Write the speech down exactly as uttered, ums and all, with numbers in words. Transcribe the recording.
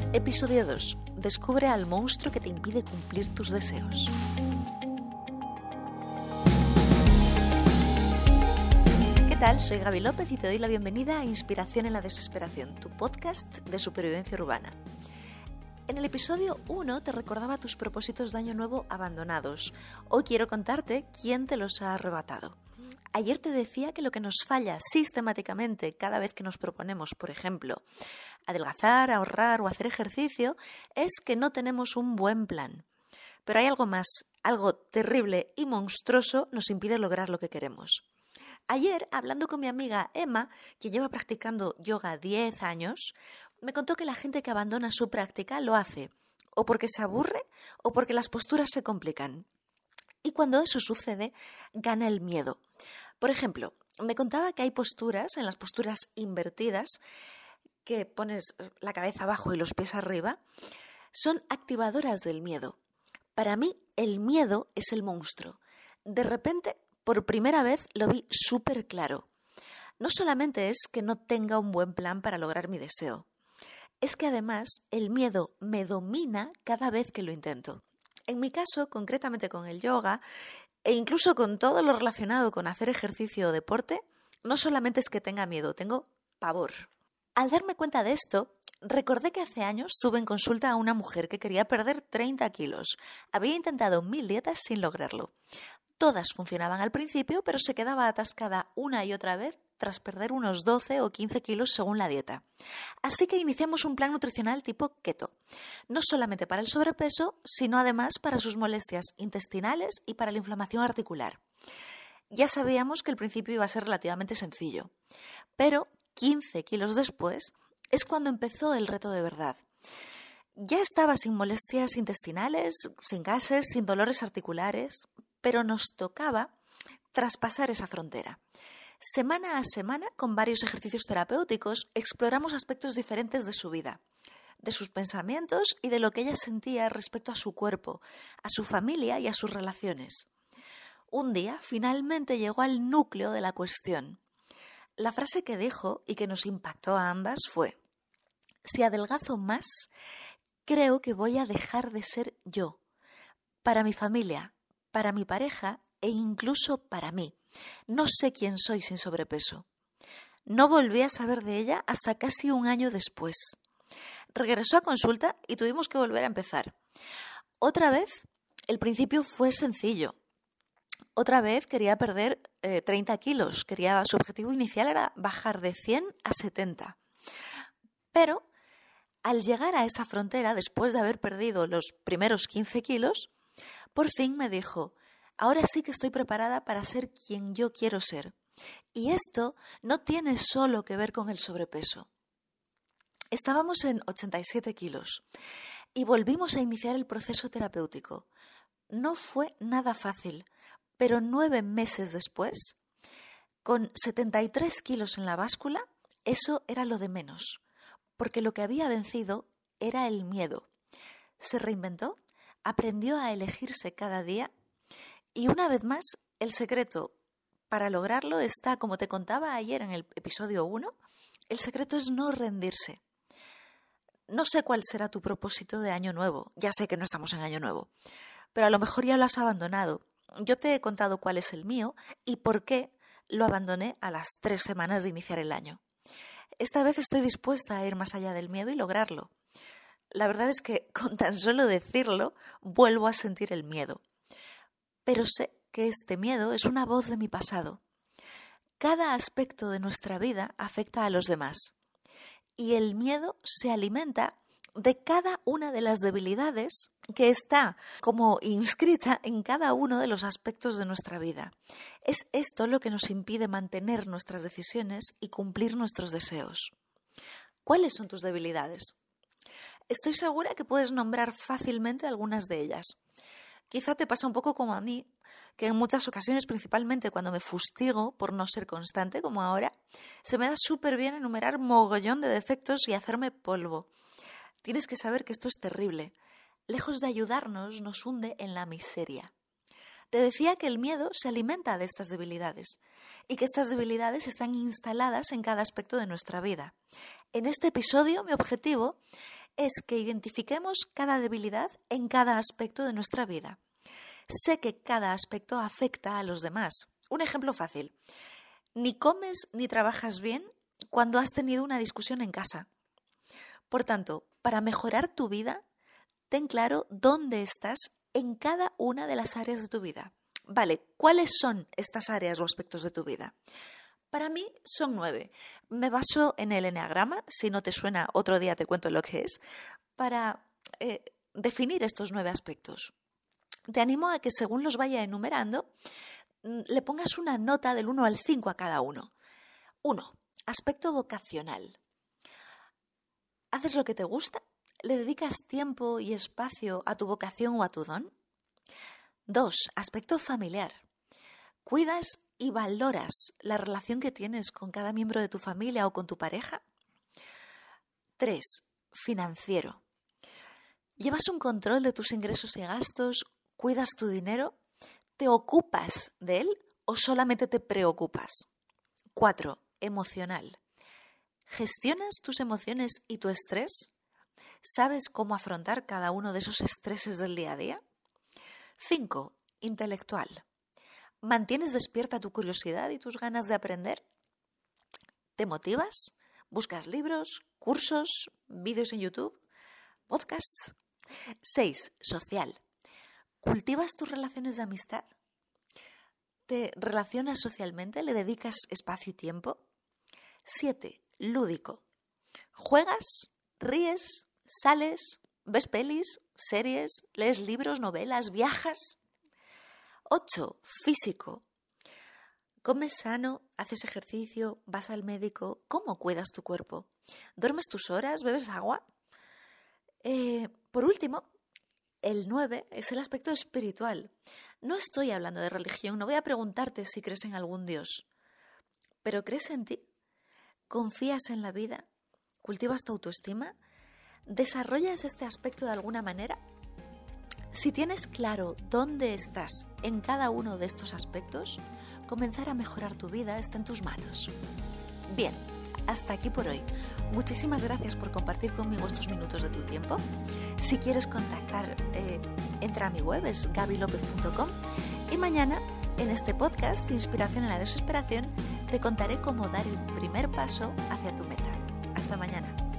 Episodio dos. Descubre al monstruo que te impide cumplir tus deseos. ¿Qué tal? Soy Gaby López y te doy la bienvenida a Inspiración en la Desesperación, tu podcast de supervivencia urbana. En el episodio uno te recordaba tus propósitos de año nuevo abandonados. Hoy quiero contarte quién te los ha arrebatado. Ayer te decía que lo que nos falla sistemáticamente cada vez que nos proponemos, por ejemplo, adelgazar, ahorrar o hacer ejercicio, es que no tenemos un buen plan. Pero hay algo más, algo terrible y monstruoso nos impide lograr lo que queremos. Ayer, hablando con mi amiga Emma, que lleva practicando yoga diez años, me contó que la gente que abandona su práctica lo hace o porque se aburre o porque las posturas se complican. Y cuando eso sucede, gana el miedo. Por ejemplo, me contaba que hay posturas, en las posturas invertidas, que pones la cabeza abajo y los pies arriba, son activadoras del miedo. Para mí, el miedo es el monstruo. De repente, por primera vez, lo vi súper claro. No solamente es que no tenga un buen plan para lograr mi deseo, es que además el miedo me domina cada vez que lo intento. En mi caso, concretamente con el yoga, e incluso con todo lo relacionado con hacer ejercicio o deporte, no solamente es que tenga miedo, tengo pavor. Al darme cuenta de esto, recordé que hace años tuve en consulta a una mujer que quería perder treinta kilos. Había intentado mil dietas sin lograrlo. Todas funcionaban al principio, pero se quedaba atascada una y otra vez tras perder unos doce o quince kilos según la dieta. Así que iniciamos un plan nutricional tipo keto, no solamente para el sobrepeso, sino además para sus molestias intestinales y para la inflamación articular. Ya sabíamos que el principio iba a ser relativamente sencillo, pero quince kilos después es cuando empezó el reto de verdad. Ya estaba sin molestias intestinales, sin gases, sin dolores articulares, pero nos tocaba traspasar esa frontera. Semana a semana, con varios ejercicios terapéuticos, exploramos aspectos diferentes de su vida, de sus pensamientos y de lo que ella sentía respecto a su cuerpo, a su familia y a sus relaciones. Un día, finalmente llegó al núcleo de la cuestión. La frase que dijo y que nos impactó a ambas fue: si adelgazo más, creo que voy a dejar de ser yo, para mi familia, para mi pareja e incluso para mí. No sé quién soy sin sobrepeso. No volví a saber de ella hasta casi un año después. Regresó a consulta y tuvimos que volver a empezar. Otra vez, el principio fue sencillo. Otra vez quería perder eh, treinta kilos. Quería, su objetivo inicial era bajar de cien a setenta. Pero al llegar a esa frontera, después de haber perdido los primeros quince kilos, por fin me dijo: ahora sí que estoy preparada para ser quien yo quiero ser. Y esto no tiene solo que ver con el sobrepeso. Estábamos en ochenta y siete kilos y volvimos a iniciar el proceso terapéutico. No fue nada fácil, pero nueve meses después, con setenta y tres kilos en la báscula, eso era lo de menos, porque lo que había vencido era el miedo. Se reinventó, aprendió a elegirse cada día. Y una vez más, el secreto para lograrlo está, como te contaba ayer en el episodio uno, el secreto es no rendirse. No sé cuál será tu propósito de año nuevo, ya sé que no estamos en año nuevo, pero a lo mejor ya lo has abandonado. Yo te he contado cuál es el mío y por qué lo abandoné a las tres semanas de iniciar el año. Esta vez estoy dispuesta a ir más allá del miedo y lograrlo. La verdad es que con tan solo decirlo, vuelvo a sentir el miedo. Pero sé que este miedo es una voz de mi pasado. Cada aspecto de nuestra vida afecta a los demás. Y el miedo se alimenta de cada una de las debilidades que está como inscrita en cada uno de los aspectos de nuestra vida. Es esto lo que nos impide mantener nuestras decisiones y cumplir nuestros deseos. ¿Cuáles son tus debilidades? Estoy segura que puedes nombrar fácilmente algunas de ellas. Quizá te pasa un poco como a mí, que en muchas ocasiones, principalmente cuando me fustigo por no ser constante, como ahora, se me da súper bien enumerar mogollón de defectos y hacerme polvo. Tienes que saber que esto es terrible. Lejos de ayudarnos, nos hunde en la miseria. Te decía que el miedo se alimenta de estas debilidades y que estas debilidades están instaladas en cada aspecto de nuestra vida. En este episodio, mi objetivo es que identifiquemos cada debilidad en cada aspecto de nuestra vida. Sé que cada aspecto afecta a los demás. Un ejemplo fácil. Ni comes ni trabajas bien cuando has tenido una discusión en casa. Por tanto, para mejorar tu vida, ten claro dónde estás en cada una de las áreas de tu vida. Vale, ¿cuáles son estas áreas o aspectos de tu vida? Para mí son nueve. Me baso en el eneagrama, si no te suena otro día te cuento lo que es, para eh, definir estos nueve aspectos. Te animo a que según los vaya enumerando, le pongas una nota del uno al cinco a cada uno. uno. Aspecto vocacional. ¿Haces lo que te gusta? ¿Le dedicas tiempo y espacio a tu vocación o a tu don? dos. Aspecto familiar. ¿Cuidas y valoras la relación que tienes con cada miembro de tu familia o con tu pareja? tres. Financiero. ¿Llevas un control de tus ingresos y gastos? ¿Cuidas tu dinero? ¿Te ocupas de él o solamente te preocupas? cuatro. Emocional. ¿Gestionas tus emociones y tu estrés? ¿Sabes cómo afrontar cada uno de esos estreses del día a día? cinco. Intelectual. ¿Mantienes despierta tu curiosidad y tus ganas de aprender? ¿Te motivas? ¿Buscas libros, cursos, vídeos en YouTube, podcasts? seis. Social. ¿Cultivas tus relaciones de amistad? ¿Te relacionas socialmente? ¿Le dedicas espacio y tiempo? siete. Lúdico. ¿Juegas? ¿Ríes? ¿Sales? ¿Ves pelis? ¿Series? ¿Lees libros? ¿Novelas? ¿Viajas? ocho. Físico. ¿Comes sano? ¿Haces ejercicio? ¿Vas al médico? ¿Cómo cuidas tu cuerpo? ¿Duermes tus horas? ¿Bebes agua? Eh, por último, el nueve es el aspecto espiritual. No estoy hablando de religión, no voy a preguntarte si crees en algún Dios, pero ¿crees en ti? ¿Confías en la vida? ¿Cultivas tu autoestima? ¿Desarrollas este aspecto de alguna manera? Si tienes claro dónde estás en cada uno de estos aspectos, comenzar a mejorar tu vida está en tus manos. Bien, hasta aquí por hoy. Muchísimas gracias por compartir conmigo estos minutos de tu tiempo. Si quieres contactar, eh, entra a mi web, es gaby lopez punto com, y mañana en este podcast de Inspiración en la Desesperación te contaré cómo dar el primer paso hacia tu meta. Hasta mañana.